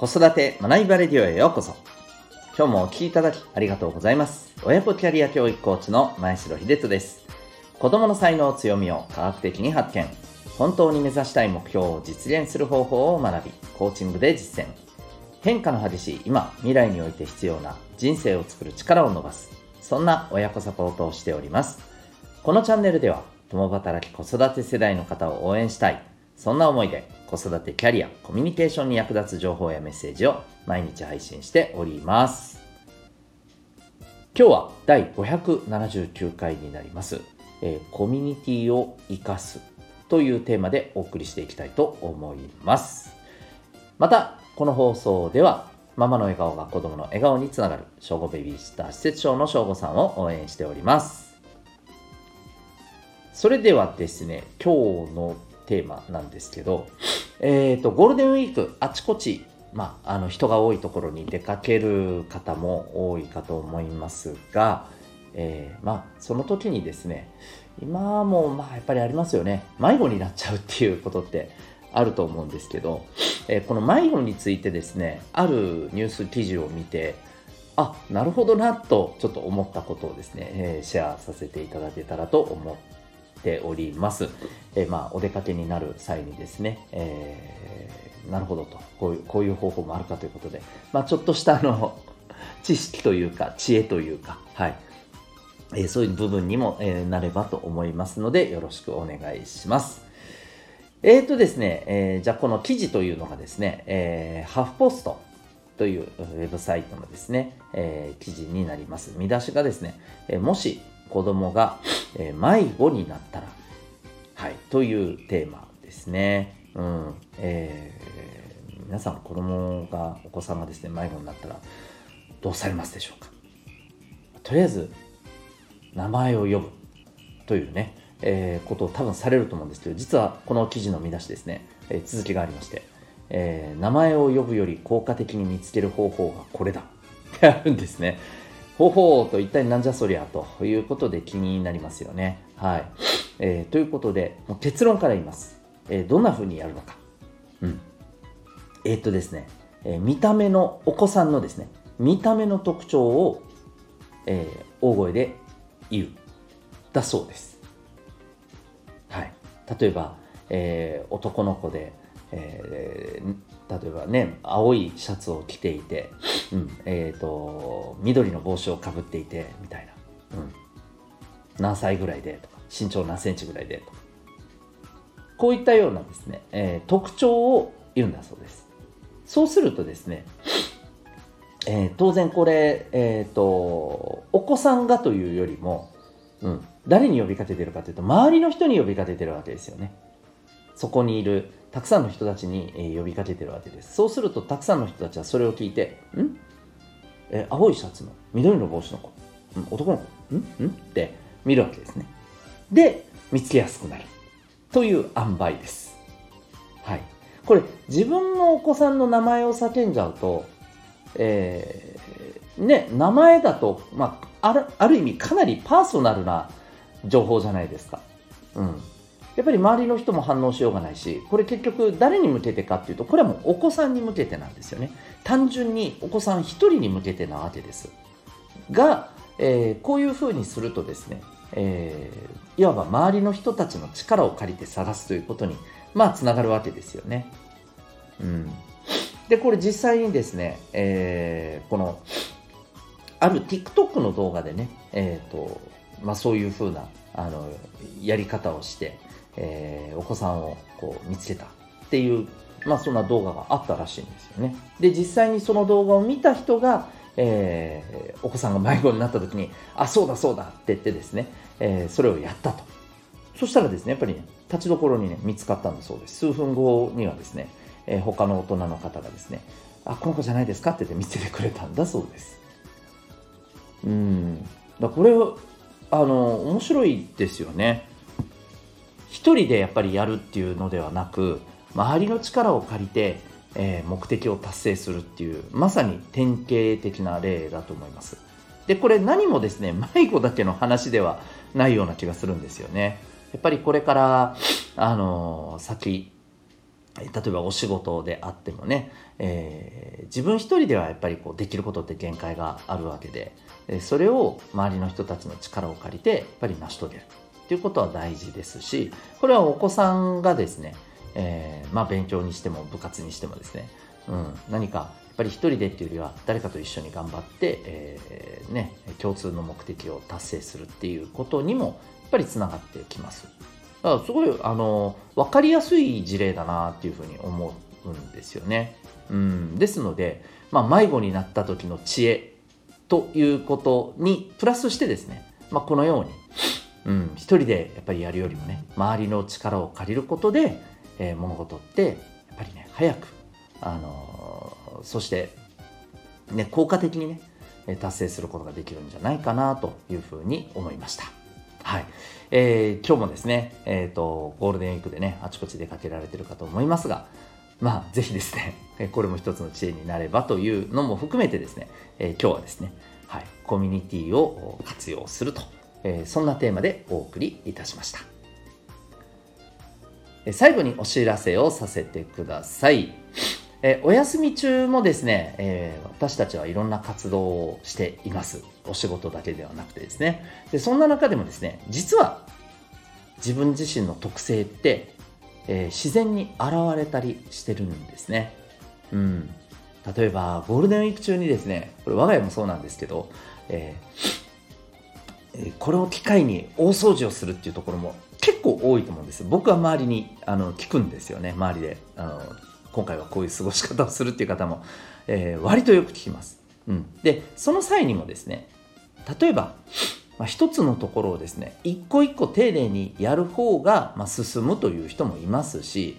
子育て学びバレディオへようこそ。今日もお聞きいただきありがとうございます。親子キャリア教育コーチの前城秀人です。子供の才能強みを科学的に発見、本当に目指したい目標を実現する方法を学び、コーチングで実践、変化の激しい今未来において必要な人生を作る力を伸ばす、そんな親子サポートをしております。このチャンネルでは共働き子育て世代の方を応援したい、そんな思いで子育てキャリアコミュニケーションに役立つ情報やメッセージを毎日配信しております。今日は第579回になります、コミュニティを生かすというテーマでお送りしていきたいと思います。またこの放送ではママの笑顔が子供の笑顔につながる小5ベビーシッター施設長の小5さんを応援しております。それではですね、今日のテーマなんですけど、ゴールデンウィークあちこち、人が多いところに出かける方も多いかと思いますが、その時にですね、今もやっぱりありますよね。迷子になっちゃうっていうことってあると思うんですけど、この迷子についてですね、あるニュース記事を見て、なるほどなとちょっと思ったことをですね、シェアさせていただけたらと思っております。お出かけになる際にですね、なるほどとこういう方法もあるかということで、ちょっとした知識というか知恵というか、そういう部分にも、なればと思いますのでよろしくお願いします。ですね、じゃあこの記事というのがですね、ハーフポストというウェブサイトのですね、記事になります。見出しがですね、もし子供が、迷子になったら、というテーマですね。皆さんお子さんがですね迷子になったらどうされますでしょうか。とりあえず名前を呼ぶというね、ことを多分されると思うんですけど、実はこの記事の見出しですね、続きがありまして、名前を呼ぶより効果的に見つける方法がこれだってあるんですね。方法と一体なんじゃそりゃということで気になりますよね。ということでもう結論から言います。どんな風にやるのか。ですね、見た目のお子さんのですね見た目の特徴を、大声で言うだそうです。例えば、男の子で、例えばね青いシャツを着ていて、緑の帽子をかぶっていてみたいな、何歳ぐらいでとか身長何センチぐらいでとか、こういったようなですね、特徴を言うんだそうです。そうするとですね、当然これ、お子さんがというよりも、誰に呼びかけてるかというと周りの人に呼びかけてるわけですよね。そこにいるたくさんの人たちに、呼びかけてるわけです。そうするとたくさんの人たちはそれを聞いて、青いシャツの緑の帽子の子、男の子、って見るわけですね。で見つけやすくなるという塩梅です。これ自分のお子さんの名前を叫んじゃうと、名前だと、ある意味かなりパーソナルな情報じゃないですか。やっぱり周りの人も反応しようがないし、これ結局誰に向けてかっていうと、これはもうお子さんに向けてなんですよね。単純にお子さん一人に向けてなわけですが、こういうふうにするとですね、いわば周りの人たちの力を借りて探すということにつながるわけですよね。でこれ実際にですね、このある TikTok の動画でね、そういう風なやり方をして、お子さんを見つけたっていう、そんな動画があったらしいんですよね。で実際にその動画を見た人が、お子さんが迷子になった時にそうだって言ってですね、それをやったと。そしたらですね、やっぱり立ちどころに見つかったんだそうです。数分後にはですね、他の大人の方がですね、この子じゃないですかって言って見せてくれたんだそうです。これ面白いですよね。一人でやっぱりやるっていうのではなく、周りの力を借りて、目的を達成するっていう、まさに典型的な例だと思います。でこれ何もですね迷子だけの話ではないような気がするんですよね。やっぱりこれから先例えばお仕事であってもね、自分一人ではやっぱりこうできることって限界があるわけで、それを周りの人たちの力を借りてやっぱり成し遂げるっていうことは大事ですし、これはお子さんがですね、勉強にしても部活にしてもですね、何かやっぱり一人でっていうよりは誰かと一緒に頑張って、共通の目的を達成するっていうことにもやっぱりつながってきます。だからすごい分かりやすい事例だなっていうふうに思うんですよね。ですので、迷子になった時の知恵ということにプラスしてですね、このように、一人でやっぱりやるよりもね、周りの力を借りることで、物事ってやっぱりね早く、そしてね効果的にね達成することができるんじゃないかなというふうに思いました。はい、今日もですね、ゴールデンウィークでねあちこち出かけられてるかと思いますが、ぜひですねこれも一つの知恵になればというのも含めてですね、今日はですね、コミュニティを活用すると、そんなテーマでお送りいたしました。最後にお知らせをさせてください。お休み中もですね、私たちはいろんな活動をしています。お仕事だけではなくてですね。でそんな中でもですね、実は自分自身の特性って、自然に現れたりしてるんですね。例えばゴールデンウィーク中にですね、これ我が家もそうなんですけど、これを機会に大掃除をするっていうところも結構多いと思うんです。僕は周りに聞くんですよね。周りで今回はこういう過ごし方をするっていう方も、割とよく聞きます。でその際にもですね、例えば、一つのところをですね一個一個丁寧にやる方が、進むという人もいますし、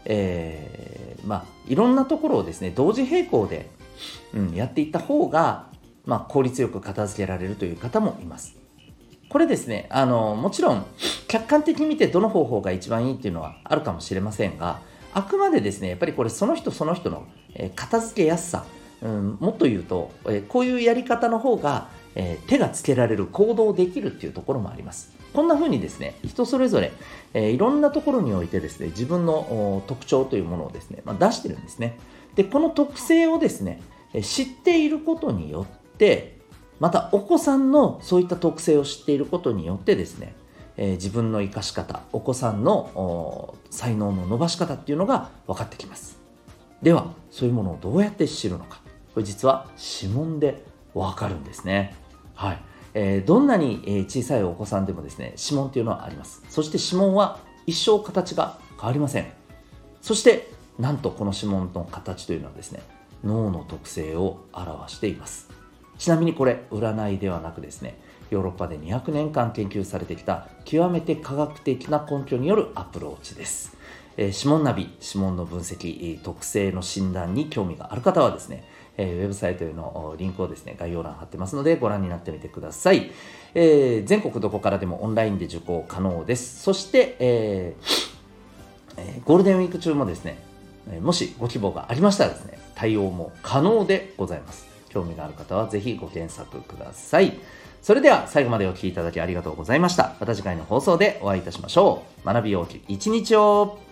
いろんなところをですね同時並行で、やっていった方が、効率よく片付けられるという方もいます。これですね、もちろん客観的に見てどの方法が一番いいっていうのはあるかもしれませんが、あくまでですねやっぱりこれその人その人の片付けやすさ、もっと言うとこういうやり方の方が手がつけられる、行動できるっていうところもあります。こんな風にですね人それぞれいろんなところにおいてですね自分の特徴というものをですね、出してるんですね。でこの特性をですね知っていることによって、またお子さんのそういった特性を知っていることによってですね、自分の生かし方、お子さんの才能の伸ばし方っていうのが分かってきます。ではそういうものをどうやって知るのか、これ実は指紋で分かるんですね。どんなに小さいお子さんでもですね指紋っていうのはあります。そして指紋は一生形が変わりません。そしてなんとこの指紋の形というのはですね脳の特性を表しています。ちなみにこれ占いではなくですね、ヨーロッパで200年間研究されてきた極めて科学的な根拠によるアプローチです。指紋ナビ、指紋の分析、特性の診断に興味がある方はですね、ウェブサイトへのリンクをですね概要欄貼ってますのでご覧になってみてください。全国どこからでもオンラインで受講可能です。そして、ゴールデンウィーク中もですね、もしご希望がありましたらですね対応も可能でございます。興味がある方はぜひご検索ください。それでは最後までお聞きいただきありがとうございました。また次回の放送でお会いいたしましょう。学びようき一日を。